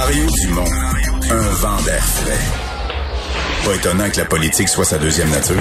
Mario Dumont, un vent d'air frais. Pas étonnant que la politique soit sa deuxième nature.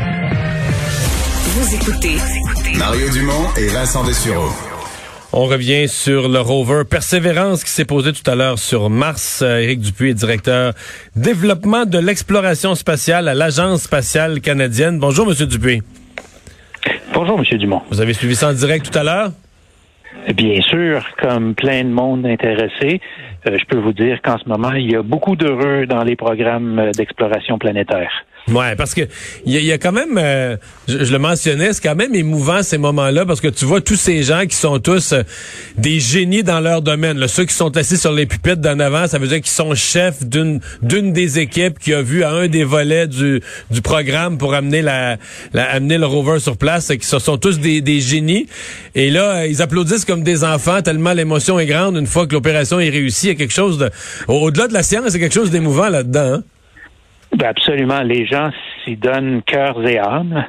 Vous écoutez Mario Dumont et Vincent Dessureau. On revient sur le rover Persévérance qui s'est posé tout à l'heure sur Mars. Éric Dupuis est directeur développement de l'exploration spatiale à l'Agence spatiale canadienne. Bonjour, Monsieur Dupuis. Bonjour, M. Dumont. Vous avez suivi ça en direct tout à l'heure? Bien sûr, comme plein de monde intéressé, je peux vous dire qu'en ce moment, il y a beaucoup d'heureux dans les programmes d'exploration planétaire. Ouais, parce que il y a quand même, je le mentionnais, c'est quand même émouvant ces moments-là, parce que tu vois tous ces gens qui sont tous des génies dans leur domaine. Là. Ceux qui sont assis sur les pupitres d'en avant, ça veut dire qu'ils sont chefs d'une des équipes qui a vu à un des volets du programme pour amener amener le rover sur place, et qui sont tous des génies. Et là, ils applaudissent comme des enfants tellement l'émotion est grande une fois que l'opération est réussie. Il y a quelque chose de, au-delà de la science, il y a quelque chose d'émouvant là-dedans. Hein? Ben absolument. Les gens s'y donnent cœur et âme.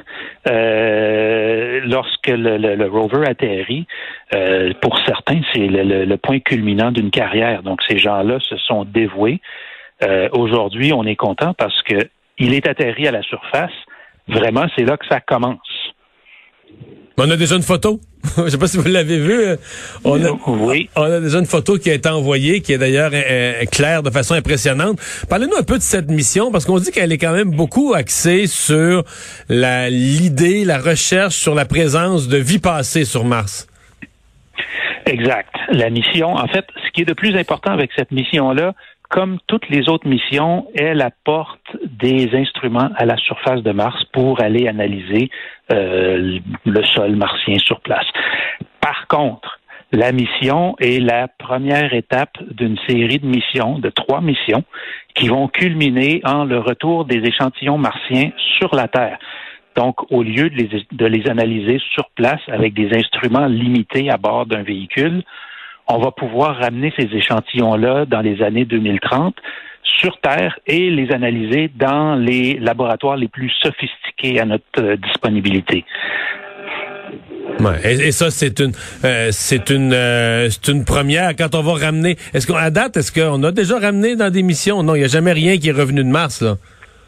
Lorsque le rover atterrit, pour certains, c'est le point culminant d'une carrière. Donc, ces gens-là se sont dévoués. Aujourd'hui, on est content parce que il est atterri à la surface. Vraiment, c'est là que ça commence. On a déjà une photo. Je sais pas si vous l'avez vu. Oui. On a déjà une photo qui a été envoyée, qui est d'ailleurs claire de façon impressionnante. Parlez-nous un peu de cette mission, parce qu'on dit qu'elle est quand même beaucoup axée sur l'idée, la recherche sur la présence de vie passée sur Mars. Exact. La mission, en fait, ce qui est de plus important avec cette mission-là, comme toutes les autres missions, elle apporte des instruments à la surface de Mars pour aller analyser le sol martien sur place. Par contre, la mission est la première étape d'une série de missions, de 3 missions, qui vont culminer en le retour des échantillons martiens sur la Terre. Donc, au lieu de les analyser sur place avec des instruments limités à bord d'un véhicule, on va pouvoir ramener ces échantillons-là dans les années 2030 sur Terre et les analyser dans les laboratoires les plus sophistiqués à notre disponibilité. Ouais, et ça c'est une première quand on va ramener. Est-ce qu'on a déjà ramené dans des missions? Non, il n'y a jamais rien qui est revenu de Mars là.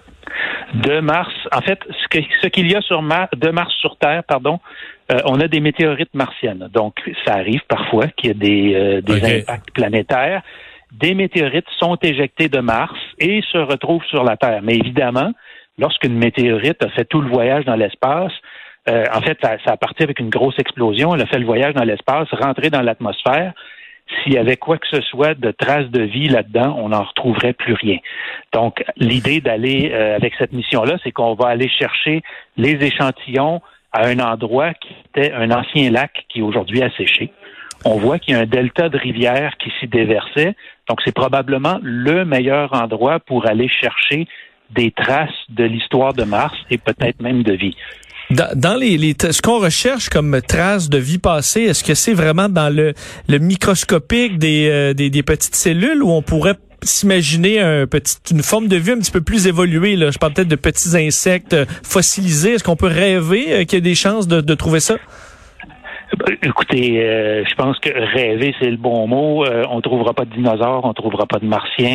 De Mars, en fait, ce qu'il y a de Mars sur Terre, on a des météorites martiennes. Donc, ça arrive parfois qu'il y ait des impacts planétaires. Des météorites sont éjectées de Mars et se retrouvent sur la Terre. Mais évidemment, lorsqu'une météorite a fait tout le voyage dans l'espace, en fait, ça a parti avec une grosse explosion. Elle a fait le voyage dans l'espace, rentré dans l'atmosphère. S'il y avait quoi que ce soit de traces de vie là-dedans, on n'en retrouverait plus rien. Donc, l'idée d'aller avec cette mission-là, c'est qu'on va aller chercher les échantillons à un endroit qui était un ancien lac qui est aujourd'hui asséché. On voit qu'il y a un delta de rivière qui s'y déversait. Donc, c'est probablement le meilleur endroit pour aller chercher des traces de l'histoire de Mars et peut-être même de vie. Dans ce qu'on recherche comme traces de vie passée, est-ce que c'est vraiment dans le microscopique des petites cellules où on pourrait s'imaginer une forme de vie un petit peu plus évoluée, là? Je parle peut-être de petits insectes fossilisés. Est-ce qu'on peut rêver qu'il y a des chances de trouver ça? Écoutez, je pense que rêver, c'est le bon mot. On trouvera pas de dinosaures, on trouvera pas de martiens.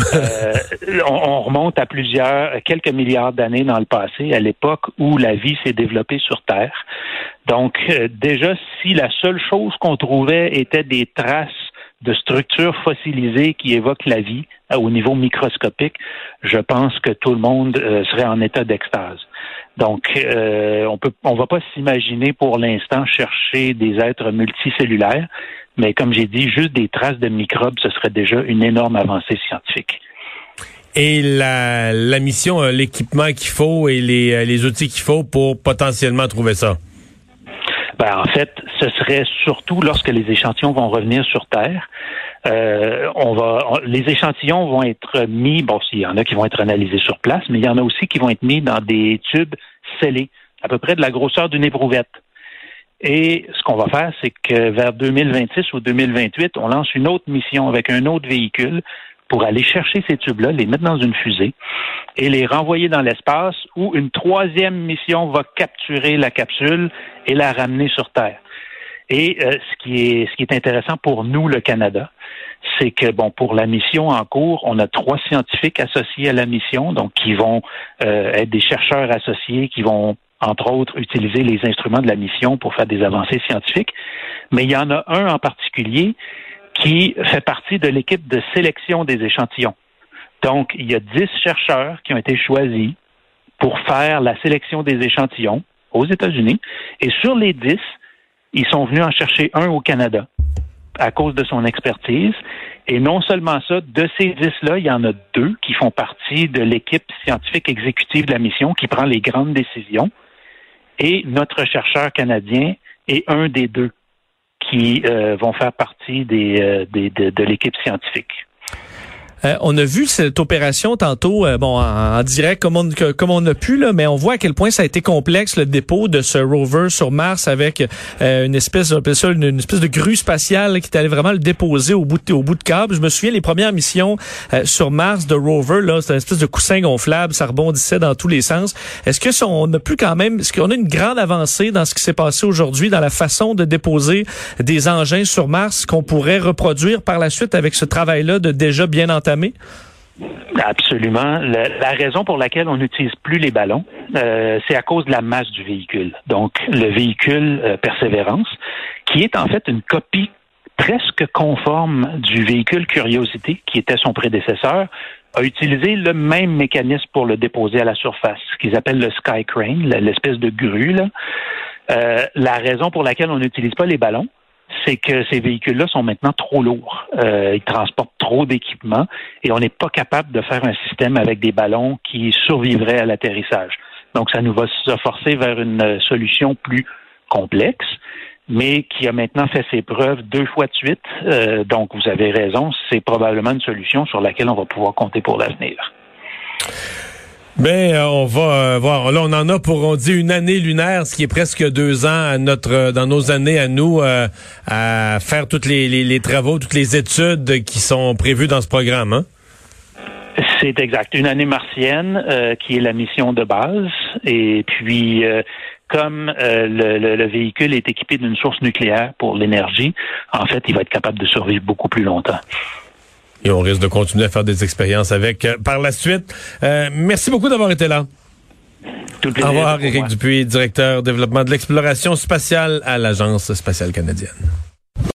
On remonte à quelques milliards d'années dans le passé, à l'époque où la vie s'est développée sur Terre. Donc, déjà, si la seule chose qu'on trouvait était des traces de structures fossilisées qui évoquent la vie au niveau microscopique, je pense que tout le monde serait en état d'extase. Donc, on va pas s'imaginer pour l'instant chercher des êtres multicellulaires, mais comme j'ai dit, juste des traces de microbes, ce serait déjà une énorme avancée scientifique. Et la mission, l'équipement qu'il faut et les outils qu'il faut pour potentiellement trouver ça? En fait, ce serait surtout lorsque les échantillons vont revenir sur Terre. Les échantillons vont être mis, il y en a qui vont être analysés sur place, mais il y en a aussi qui vont être mis dans des tubes scellés, à peu près de la grosseur d'une éprouvette. Et ce qu'on va faire, c'est que vers 2026 ou 2028, on lance une autre mission avec un autre véhicule pour aller chercher ces tubes-là, les mettre dans une fusée et les renvoyer dans l'espace où une troisième mission va capturer la capsule et la ramener sur Terre. Et ce qui est intéressant pour nous, le Canada, c'est que, pour la mission en cours, on a 3 scientifiques associés à la mission, donc qui vont être des chercheurs associés, qui vont, entre autres, utiliser les instruments de la mission pour faire des avancées scientifiques. Mais il y en a un en particulier qui fait partie de l'équipe de sélection des échantillons. Donc, il y a 10 chercheurs qui ont été choisis pour faire la sélection des échantillons aux États-Unis. Et sur les 10, ils sont venus en chercher un au Canada à cause de son expertise. Et non seulement ça, de ces 10-là, il y en a 2 qui font partie de l'équipe scientifique exécutive de la mission qui prend les grandes décisions. Et notre chercheur canadien est un des 2 qui vont faire partie de l'équipe scientifique. On a vu cette opération tantôt, en direct comme on a pu là, mais on voit à quel point ça a été complexe le dépôt de ce rover sur Mars avec une espèce de grue spatiale qui allait vraiment le déposer au bout de câble. Je me souviens les premières missions sur Mars de rover là, c'était une espèce de coussin gonflable, ça rebondissait dans tous les sens. Est-ce qu'on a une grande avancée dans ce qui s'est passé aujourd'hui dans la façon de déposer des engins sur Mars qu'on pourrait reproduire par la suite avec ce travail-là de déjà bien entamé? Absolument. La raison pour laquelle on n'utilise plus les ballons, c'est à cause de la masse du véhicule. Donc, le véhicule Persévérance, qui est en fait une copie presque conforme du véhicule Curiosity, qui était son prédécesseur, a utilisé le même mécanisme pour le déposer à la surface, ce qu'ils appellent le Sky Crane, l'espèce de grue, là. La raison pour laquelle on n'utilise pas les ballons, c'est que ces véhicules-là sont maintenant trop lourds. Ils transportent trop d'équipements et on n'est pas capable de faire un système avec des ballons qui survivraient à l'atterrissage. Donc, ça nous va se forcer vers une solution plus complexe, mais qui a maintenant fait ses preuves 2 fois de suite. Donc, vous avez raison, c'est probablement une solution sur laquelle on va pouvoir compter pour l'avenir. On va voir. Là, on en a pour, on dit, une année lunaire, ce qui est presque 2 ans dans nos années à nous, à faire tous les travaux, toutes les études qui sont prévues dans ce programme, hein? C'est exact. Une année martienne, qui est la mission de base. Et puis, comme le véhicule est équipé d'une source nucléaire pour l'énergie, en fait, il va être capable de survivre beaucoup plus longtemps. Et on risque de continuer à faire des expériences avec par la suite. Merci beaucoup d'avoir été là. Tout le plaisir. Au revoir, Éric Dupuis, directeur développement de l'exploration spatiale à l'Agence spatiale canadienne.